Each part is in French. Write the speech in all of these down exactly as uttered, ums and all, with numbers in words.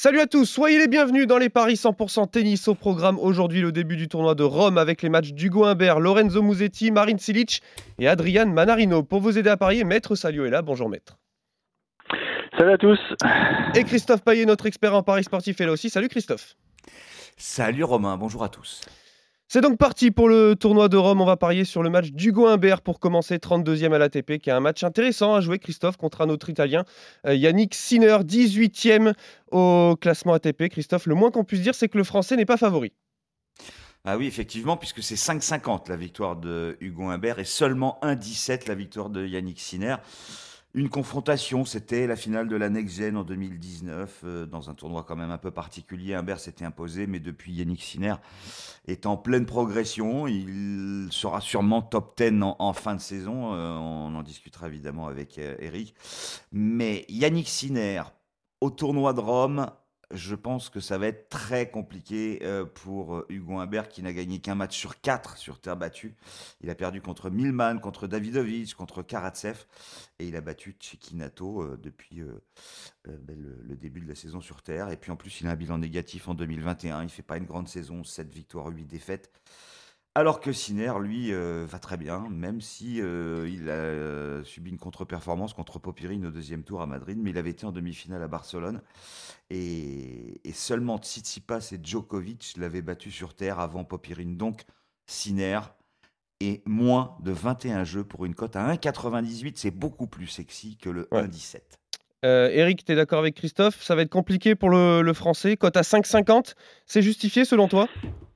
Salut à tous, soyez les bienvenus dans les paris cent pour cent tennis. Au programme aujourd'hui le début du tournoi de Rome avec les matchs d'Hugo Humbert, Lorenzo Musetti, Marin Cilic et Adrian Manarino. Pour vous aider à parier, Maître Salio est là. Bonjour Maître. Salut à tous. Et Christophe Payet, notre expert en paris sportif, est là aussi. Salut Christophe. Salut Romain, bonjour à tous. C'est donc parti pour le tournoi de Rome. On va parier sur le match d'Hugo Humbert pour commencer, trente-deuxième à l'A T P, qui a un match intéressant à jouer, Christophe, contre un autre Italien, euh, Yannick Sinner, dix-huitième au classement A T P. Christophe, le moins qu'on puisse dire, c'est que le Français n'est pas favori. Ah oui, effectivement, puisque c'est cinq cinquante la victoire de Hugo Humbert et seulement un dix-sept la victoire de Yannick Sinner. Une confrontation, c'était la finale de la Next Gen en deux mille dix-neuf, euh, dans un tournoi quand même un peu particulier. Humbert s'était imposé, mais depuis Yannick Sinner est en pleine progression. Il sera sûrement top dix en, en fin de saison. Euh, on en discutera évidemment avec euh, Eric. Mais Yannick Sinner, au tournoi de Rome, je pense que ça va être très compliqué euh, pour euh, Hugo Humbert qui n'a gagné qu'un match sur quatre sur terre battue. Il a perdu contre Millman, contre Davidovich, contre Karatsev et il a battu Cecchinato euh, depuis euh, euh, ben, le, le début de la saison sur terre. Et puis en plus, il a un bilan négatif en deux mille vingt et un. Il ne fait pas une grande saison, sept victoires, huit défaites. Alors que Sinner, lui, euh, va très bien, même si euh, il a euh, subi une contre-performance contre Popirine au deuxième tour à Madrid, mais il avait été en demi-finale à Barcelone. Et, et seulement Tsitsipas et Djokovic l'avaient battu sur terre avant Popirine. Donc Sinner est moins de vingt et un jeux pour une cote à un virgule quatre-vingt-dix-huit. C'est beaucoup plus sexy que le Ouais. un virgule dix-sept. Euh, Eric, tu es d'accord avec Christophe? Ça va être compliqué pour le, le Français. Cote à cinq cinquante, c'est justifié selon toi?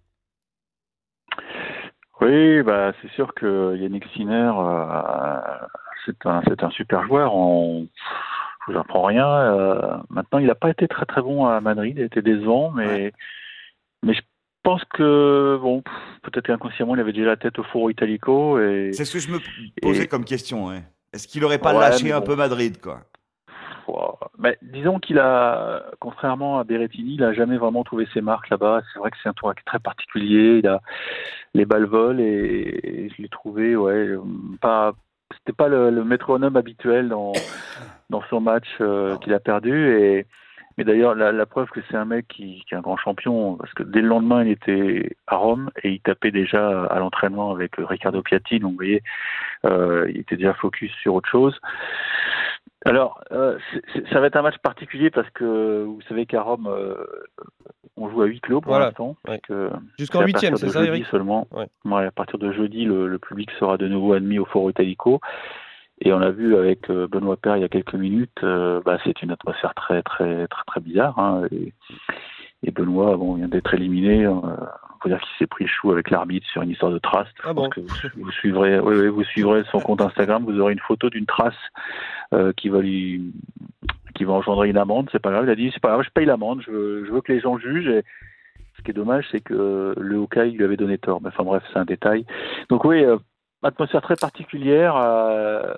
Oui, bah c'est sûr que Yannick Sinner, euh, c'est un c'est un super joueur. On, je vous apprends rien. Euh, maintenant, il n'a pas été très très bon à Madrid. Il a été décevant, mais Ouais. mais je pense que bon, pff, peut-être qu'inconsciemment, il avait déjà la tête au Foro Italico et C'est ce que je me posais et comme question. Ouais. Est-ce qu'il n'aurait pas ouais, lâché mais un bon. peu Madrid, quoi? Ouah. Ben, disons qu'il a, contrairement à Berrettini, il a jamais vraiment trouvé ses marques là-bas. C'est vrai que c'est un tournoi très particulier. Il a les balles volent et, et je l'ai trouvé, ouais, pas, c'était pas le, le métronome habituel dans dans son match euh, qu'il a perdu. Et mais d'ailleurs, la, la preuve que c'est un mec qui, qui est un grand champion, parce que dès le lendemain, il était à Rome et il tapait déjà à l'entraînement avec Riccardo Piatti. Donc, vous voyez, euh, il était déjà focus sur autre chose. Alors, euh, c'est- c'est- ça va être un match particulier parce que vous savez qu'à Rome, euh, on joue à huis clos pour Voilà. l'instant, Ouais. puisque Jusqu'en c'est à huitième, partir c'est de ça, jeudi Eric? seulement. Ouais. Ouais, à partir de jeudi, le, le public sera de nouveau admis au Foro Italico. Et on l'a vu avec euh, Benoît Paire il y a quelques minutes, euh, bah, c'est une atmosphère très très très très bizarre. Hein, et, et Benoît, bon, vient d'être éliminé. Euh, on peut dire qu'il s'est pris le chou avec l'arbitre sur une histoire de trace. Je Ah pense bon? que vous, vous suivrez, oui, oui, vous suivrez son compte Instagram, vous aurez une photo d'une trace euh, qui va lui qui va engendrer une amende. C'est pas grave. Il a dit c'est pas grave, je paye l'amende. Je veux, je veux que les gens jugent. Et ce qui est dommage, c'est que le Hawkeye lui avait donné tort. Mais enfin bref, c'est un détail. Donc oui, euh, atmosphère très particulière. Euh,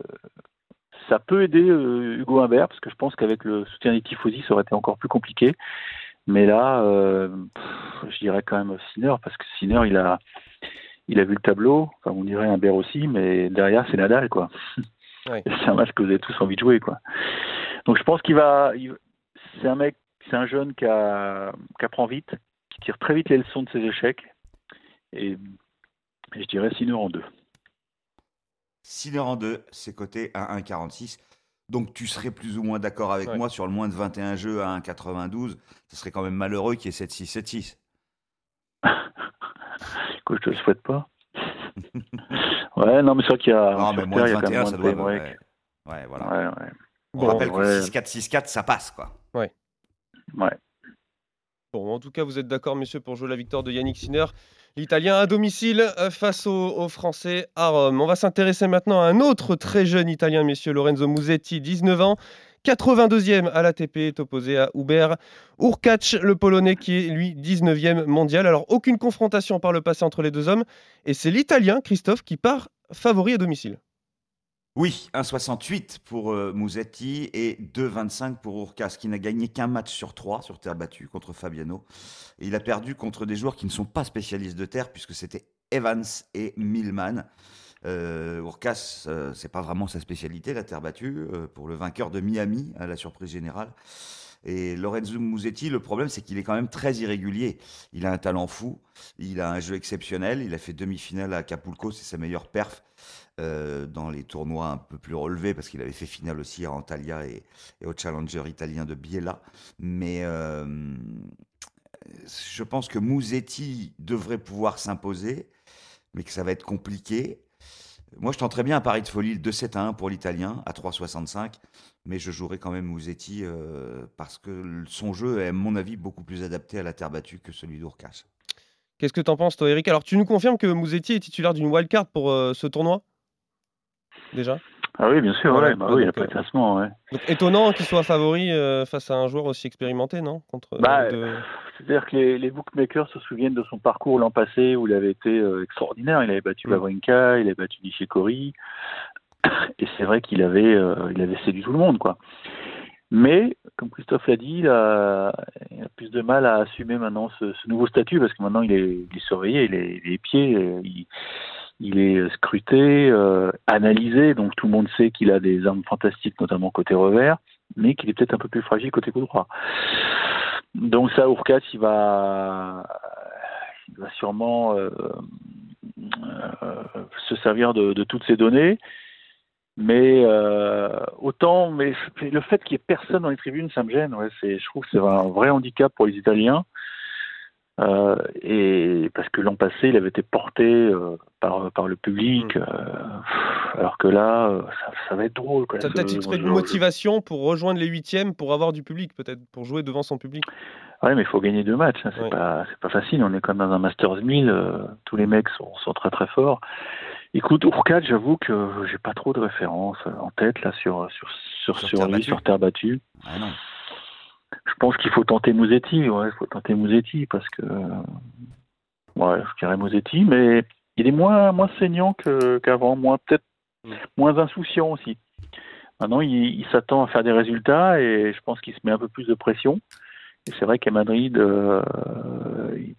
ça peut aider euh, Hugo Humbert parce que je pense qu'avec le soutien des tifosi, ça aurait été encore plus compliqué. Mais là, euh, pff, je dirais quand même Sinner parce que Sinner, il a, il a vu le tableau. Enfin, on dirait Humbert aussi, mais derrière, c'est Nadal, quoi. Ouais. C'est un match que vous avez tous envie de jouer, quoi. Donc je pense qu'il va, il- c'est un mec, c'est un jeune qui, a, qui apprend vite, qui tire très vite les leçons de ses échecs. Et je dirais Sinner en deux. Sinner en deux, c'est coté à un virgule quarante-six. Donc tu serais plus ou moins d'accord avec Ouais. moi sur le moins de vingt et un jeux à un virgule quatre-vingt-douze. Ce serait quand même malheureux qu'il y ait sept six, sept six. Écoute, je te le souhaite pas. Ouais, non, mais c'est vrai qu'il y a, Non, sur mais moins Terre, de il y a quand même vingt et un, moins ça de doit. tie-break. Ouais, ouais, voilà. Ouais, ouais. On Bon, rappelle que ouais, six quatre, six quatre, ça passe, quoi. ouais. ouais. Bon, en tout cas, vous êtes d'accord, messieurs, pour jouer la victoire de Yannick Sinner, l'Italien à domicile euh, face aux, aux Français à Rome. On va s'intéresser maintenant à un autre très jeune Italien, messieurs, Lorenzo Musetti, dix-neuf ans, quatre-vingt-deuxième à l'A T P, est opposé à Hubert Hurkacz, le Polonais, qui est, lui, dix-neuvième mondial. Alors, aucune confrontation par le passé entre les deux hommes, et c'est l'Italien, Christophe, qui part favori à domicile. Oui, un virgule soixante-huit pour euh, Musetti et deux virgule vingt-cinq pour Hurkacz, qui n'a gagné qu'un match sur trois sur terre battue contre Fabiano. Et il a perdu contre des joueurs qui ne sont pas spécialistes de terre, puisque c'était Evans et Millman. Euh, Hurkacz, euh, c'est pas vraiment sa spécialité, la terre battue, euh, pour le vainqueur de Miami, à la surprise générale. Et Lorenzo Musetti, le problème, c'est qu'il est quand même très irrégulier. Il a un talent fou, il a un jeu exceptionnel. Il a fait demi-finale à Acapulco, c'est sa meilleure perf euh, dans les tournois un peu plus relevés, parce qu'il avait fait finale aussi à Antalya et, et au Challenger italien de Biella. Mais euh, je pense que Musetti devrait pouvoir s'imposer, mais que ça va être compliqué. Moi, je tenterais bien un pari de folie, deux sept à un pour l'Italien, à trois soixante-cinq, mais je jouerai quand même Musetti euh, parce que le- son jeu est, à mon avis, beaucoup plus adapté à la terre battue que celui d'Urkacz. Qu'est-ce que t'en penses, toi, Eric? Alors, tu nous confirmes que Musetti est titulaire d'une wildcard pour euh, ce tournoi, déjà? Ah oui, bien sûr, Voilà, ouais, bah ouais, oui, il n'a donc, pas euh, de classement, ouais. donc étonnant qu'il soit favori euh, face à un joueur aussi expérimenté, non? Contre Bah, euh, de... c'est-à-dire que les, les bookmakers se souviennent de son parcours l'an passé où il avait été euh, extraordinaire. Il avait battu Hmm. Wawrinka, il avait battu Nishikori, et c'est vrai qu'il avait, euh, il avait séduit tout le monde, quoi. Mais, comme Christophe l'a dit, il a, il a plus de mal à assumer maintenant ce, ce nouveau statut parce que maintenant il est, il est surveillé, il est, il est épié, euh, il, il est scruté, euh, analysé, donc tout le monde sait qu'il a des armes fantastiques, notamment côté revers, mais qu'il est peut-être un peu plus fragile côté coup droit. Donc ça, Urkacz, il va, il va sûrement euh, euh, se servir de, de toutes ces données. Mais euh, autant, mais le fait qu'il n'y ait personne dans les tribunes, ça me gêne. Ouais, c'est, je trouve que c'est un vrai handicap pour les Italiens. Euh, et parce que l'an passé, il avait été porté euh, par par le public, Mm. euh, alors que là, euh, ça, ça va être drôle. Quoi. Ça peut-être Je- titré je- de motivation pour rejoindre les huitièmes, pour avoir du public, peut-être, pour jouer devant son public. je- Ouais, mais il faut gagner deux matchs. Hein, c'est Ouais. pas, c'est pas facile. On est quand même dans un Masters mille. Euh, tous les mecs sont, sont très très forts. Écoute, Urkacz, j'avoue que j'ai pas trop de références en tête là sur sur sur, Sur sur terre lui, battue. sur terre battue. Ah non. Je pense qu'il faut tenter Musetti, ouais, il faut tenter Musetti parce que, ouais, je dirais Musetti, mais il est moins, moins saignant que, qu'avant, moins, peut-être Mm. moins insouciant aussi. Maintenant, il, il s'attend à faire des résultats et je pense qu'il se met un peu plus de pression. Et c'est vrai qu'à Madrid, euh, il,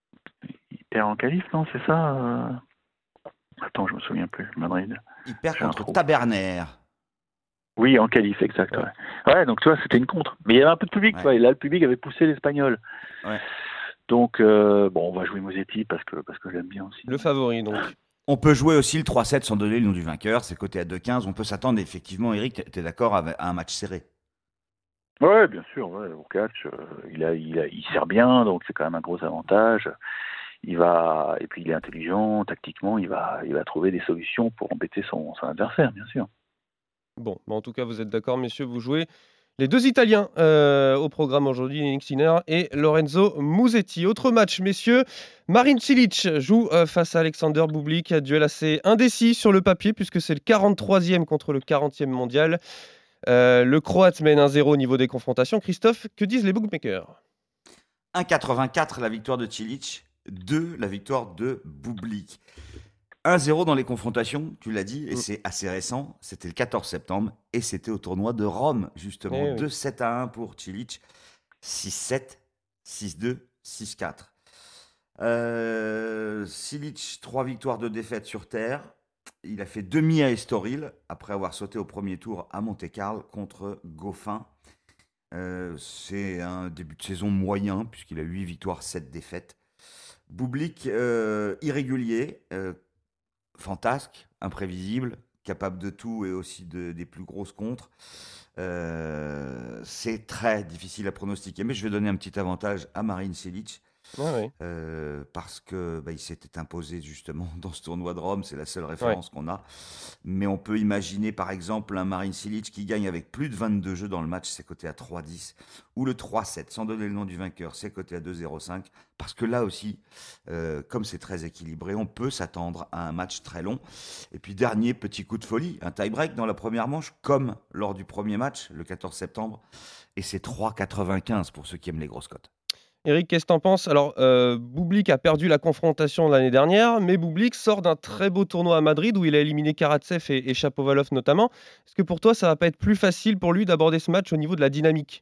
il perd en qualif, non, c'est ça euh Attends, je me souviens plus, Madrid. Il perd J'ai un contre trou. Taberner. Oui, en qualif, exact. Ouais. Ouais. Ouais, donc tu vois, c'était une contre. Mais il y avait un peu de public, Ouais. tu vois, et là, le public avait poussé l'Espagnol. Ouais. Donc, euh, bon, on va jouer Musetti parce que, parce que j'aime bien aussi. Le favori, donc. On peut jouer aussi le trois sept sans donner le nom du vainqueur. C'est coté à deux quinze. On peut s'attendre, effectivement, Eric, tu es d'accord, à un match serré. Ouais, bien sûr. Ouais, Urkacz, euh, il a, il a, il sert bien, donc c'est quand même un gros avantage. Il va, et puis il est intelligent, tactiquement, il va, il va trouver des solutions pour embêter son, son adversaire, bien sûr. Bon, bah, en tout cas, vous êtes d'accord, messieurs, vous jouez les deux Italiens euh, au programme aujourd'hui, Yannick Sinner et Lorenzo Musetti. Autre match, messieurs, Marin Cilic joue euh, face à Alexander Bublik, duel assez indécis sur le papier puisque c'est le quarante-troisième contre le quarantième mondial. Euh, le Croate mène un zéro au niveau des confrontations. Christophe, que disent les bookmakers? un quatre-vingt-quatre la victoire de Cilic, deux la victoire de Bublik. un zéro dans les confrontations, tu l'as dit, et Mm. c'est assez récent. C'était le quatorze septembre et c'était au tournoi de Rome, justement. Eh oui. deux sept à un pour Cilic, six sept, six deux, six quatre. Euh, Cilic, trois victoires, deux défaites sur terre. Il a fait demi à Estoril après avoir sauté au premier tour à Monte-Carlo contre Goffin. Euh, c'est un début de saison moyen puisqu'il a huit victoires, sept défaites. Bublik, euh, irrégulier, euh, fantasque, imprévisible, capable de tout et aussi de, des plus grosses contres. Euh, c'est très difficile à pronostiquer, mais je vais donner un petit avantage à Marin Cilic. Ah oui. Euh, parce que bah, il s'était imposé justement dans ce tournoi de Rome, c'est la seule référence ouais. qu'on a. Mais on peut imaginer par exemple un Marin Cilic qui gagne avec plus de vingt-deux jeux dans le match, c'est coté à trois dix, ou le trois sept, sans donner le nom du vainqueur, c'est coté à deux zéro cinq, parce que là aussi, euh, comme c'est très équilibré, on peut s'attendre à un match très long. Et puis dernier petit coup de folie, un tie-break dans la première manche, comme lors du premier match, le quatorze septembre, et c'est trois quatre-vingt-quinze pour ceux qui aiment les grosses cotes. Eric, qu'est-ce que t'en penses? Alors, euh, Bublik a perdu la confrontation l'année dernière, mais Bublik sort d'un très beau tournoi à Madrid où il a éliminé Karatsev et, et Shapovalov notamment. Est-ce que pour toi, ça va pas être plus facile pour lui d'aborder ce match au niveau de la dynamique?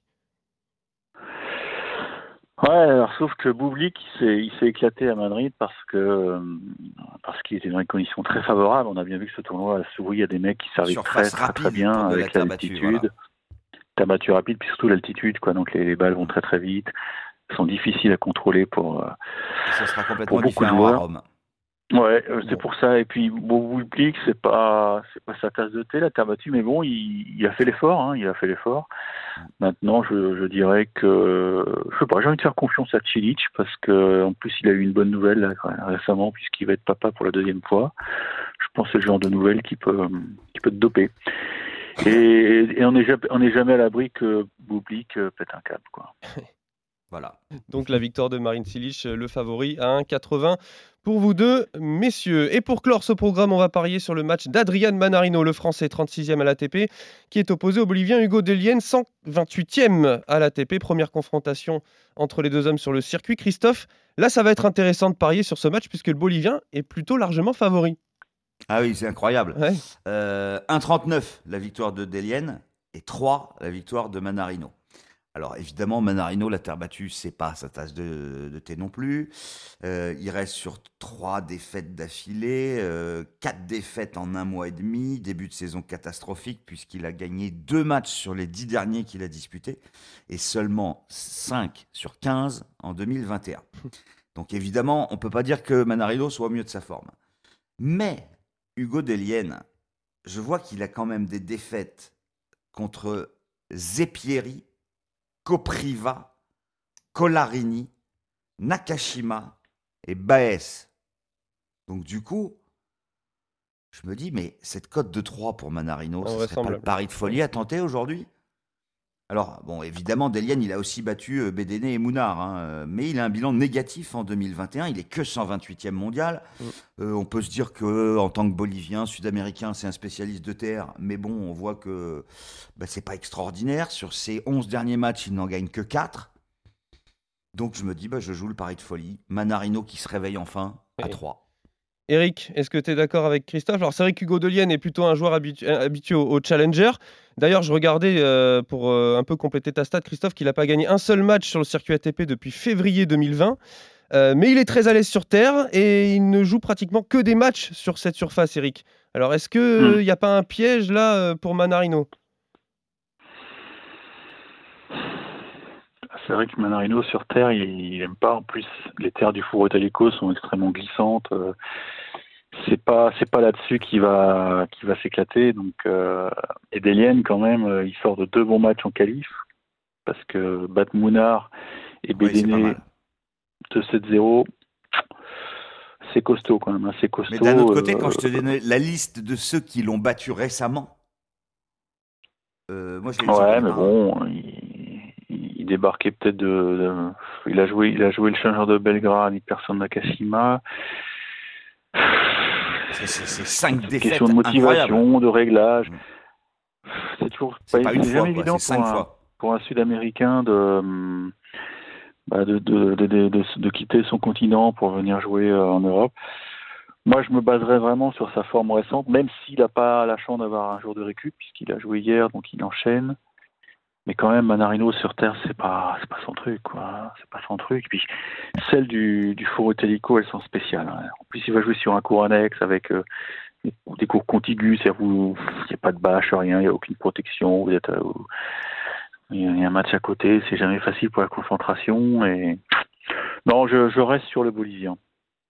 Ouais, alors sauf que Bublik, il s'est, il s'est éclaté à Madrid parce que euh, parce qu'il était dans des conditions très favorables. On a bien vu que ce tournoi a souri à des mecs qui servaient très, très, très bien avec l'altitude. Voilà. terre battue rapide, puis surtout l'altitude, quoi. Donc les, les balles vont très très vite, sont difficiles à contrôler pour, euh, Et ça sera pour complètement beaucoup de différent à joueurs. Rome. Ouais, euh, c'est Bon. pour ça. Et puis Bublik, c'est pas c'est pas sa tasse de thé, la terre battue, mais bon, il, il a fait l'effort, hein, il a fait l'effort. Maintenant, je, je dirais que je sais pas, j'ai envie de faire confiance à Cilic parce que en plus il a eu une bonne nouvelle là, récemment puisqu'il va être papa pour la deuxième fois. Je pense que c'est le genre de nouvelle qui peut qui peut te doper. Et, et on n'est jamais, on n'est jamais à l'abri que Bublik euh, pète un câble, quoi. Voilà. Donc la victoire de Marin Cilic, euh, le favori à un virgule quatre-vingts pour vous deux, messieurs. Et pour clore ce programme, on va parier sur le match d'Adrian Manarino, le Français trente-sixième à l'A T P, qui est opposé au Bolivien Hugo Dellien, cent vingt-huitième à l'A T P. Première confrontation entre les deux hommes sur le circuit. Christophe, là ça va être intéressant de parier sur ce match puisque le Bolivien est plutôt largement favori. Ah oui, c'est incroyable. Ouais. Euh, un virgule trente-neuf la victoire de Dellien et trois la victoire de Manarino. Alors évidemment, Manarino, la terre battue, c'est pas sa tasse de, de thé non plus. Euh, il reste sur trois défaites d'affilée, euh, quatre défaites en un mois et demi, début de saison catastrophique puisqu'il a gagné deux matchs sur les dix derniers qu'il a disputés et seulement cinq sur quinze en deux mille vingt et un. Donc évidemment, on peut pas dire que Manarino soit au mieux de sa forme. Mais Hugo Dellien, je vois qu'il a quand même des défaites contre Zepieri, Kopriva, Colarini, Nakashima et Baez. Donc du coup, je me dis, mais cette cote de trois pour Manarino, ce serait pas le pari de folie à tenter aujourd'hui? Alors, bon, évidemment, Dellien, il a aussi battu euh, Bedene et Mounard, hein, mais il a un bilan négatif en deux mille vingt et un. Il est que cent vingt-huitième mondial. Mm. Euh, on peut se dire que, en tant que Bolivien, Sud-Américain, c'est un spécialiste de terre, mais bon, on voit que bah, c'est pas extraordinaire. Sur ses onze derniers matchs, il n'en gagne que quatre. Donc, je me dis, bah, je joue le pari de folie. Manarino qui se réveille enfin à trois. Eric, est-ce que tu es d'accord avec Christophe? Alors c'est vrai qu'Hugo Dellien est plutôt un joueur habitu- habitué au, au Challenger. D'ailleurs, je regardais euh, pour euh, un peu compléter ta stat, Christophe, qu'il n'a pas gagné un seul match sur le circuit A T P depuis février deux mille vingt. Euh, mais il est très à l'aise sur terre et il ne joue pratiquement que des matchs sur cette surface, Eric. Alors est-ce qu'il n'y mmh. a pas un piège là pour Manarino? C'est vrai que Manarino sur terre, il n'aime pas. En plus, les terres du Foro Italico sont extrêmement glissantes. Euh, c'est pas, c'est pas là-dessus qu'il va, qu'il va s'éclater. Donc, euh, et Dellien, quand même, il sort de deux bons matchs en qualif parce que battre Mounard et Bedene oui, deux sept zéro, c'est costaud quand même. C'est costaud. Mais d'un autre côté, euh, quand je te donne la liste de ceux qui l'ont battu récemment, euh, moi je l'ai Ouais, mais bon, il, il débarquait peut-être de, de. Il a joué, il a joué le Challenger de Belgrade, il personne Nakashima. C'est, c'est, c'est cinq défaites. Question de motivation, incroyables. de réglage. C'est toujours c'est pas, pas une c'est fois, jamais quoi, évident c'est pour cinq un, fois. pour un Sud-Américain de, bah de, de, de, de, de, de quitter son continent pour venir jouer en Europe. Moi, je me baserais vraiment sur sa forme récente, même s'il n'a pas la chance d'avoir un jour de récup, puisqu'il a joué hier, donc il enchaîne. Mais quand même, Manarino sur terre, c'est pas, c'est pas son truc, quoi. C'est pas son truc. Puis celles du, du Foro Italico, elles sont spéciales. Hein. En plus, il va jouer sur un cours annexe avec euh, des cours contigus, c'est-à-dire où il n'y a pas de bâche, rien, il n'y a aucune protection. Vous êtes, euh, il y a un match à côté, c'est jamais facile pour la concentration. Et non, je, je reste sur le Bolivien.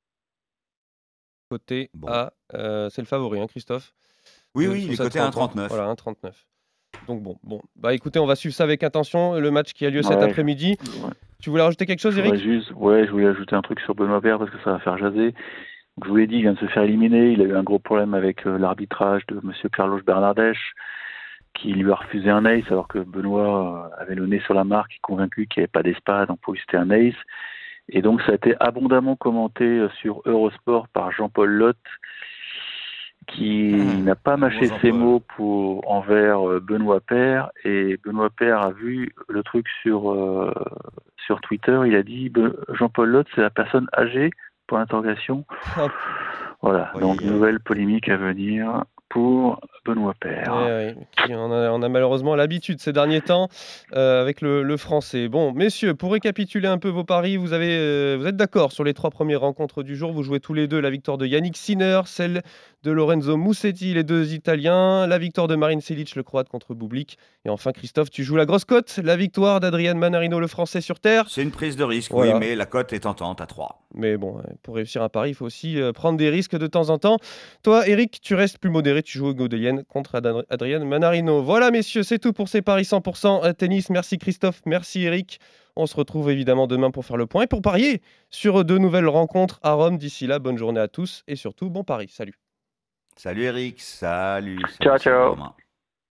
Côté bon. A, euh, c'est le favori, hein, Christophe? Oui, euh, oui, il est côté un virgule trente-neuf. Voilà, un virgule trente-neuf. Donc bon, bon, bah écoutez, on va suivre ça avec attention, le match qui a lieu ouais, cet après-midi. Ouais. Tu voulais rajouter quelque chose, je Eric? juste, Ouais, je voulais ajouter un truc sur Benoît Paire parce que ça va faire jaser. Donc, je vous l'ai dit, il vient de se faire éliminer. Il a eu un gros problème avec euh, l'arbitrage de M. Carlos Bernardes, qui lui a refusé un ace alors que Benoît euh, avait le nez sur la marque, et convaincu qu'il n'y avait pas d'espadre, donc pour lui c'était un ace. Et donc ça a été abondamment commenté euh, sur Eurosport par Jean-Paul Lotte, qui mmh, n'a pas mâché ses mots pour, envers euh, Benoît Paire, et Benoît Paire a vu le truc sur, euh, sur Twitter, il a dit Jean-Paul Lotte c'est la personne âgée, pour l'interrogation. Voilà, oui, donc euh... nouvelle polémique à venir. pour Benoît Paire. Eh oui, qui on a, on a malheureusement l'habitude ces derniers temps euh, avec le, le français. Bon, messieurs, pour récapituler un peu vos paris, vous, avez, euh, vous êtes d'accord sur les trois premières rencontres du jour. Vous jouez tous les deux la victoire de Yannick Sinner, celle de Lorenzo Musetti, les deux Italiens, la victoire de Marin Cilic, le Croate contre Bublik. Et enfin, Christophe, tu joues la grosse cote, la victoire d'Adrian Manarino, le Français sur terre. C'est une prise de risque, Voilà. oui, mais la cote est tentante à trois. Mais bon, pour réussir un pari, il faut aussi euh, prendre des risques de temps en temps. Toi, Eric, tu restes plus modéré, tu joues au Godelienne contre Ad- Adrien Manarino. Voilà, messieurs, c'est tout pour ces paris cent pour cent tennis. Merci Christophe, merci Eric. On se retrouve évidemment demain pour faire le point et pour parier sur de nouvelles rencontres à Rome. D'ici là, bonne journée à tous et surtout, bon pari. Salut. Salut Eric, salut. salut Ciao, salut ciao. Romain.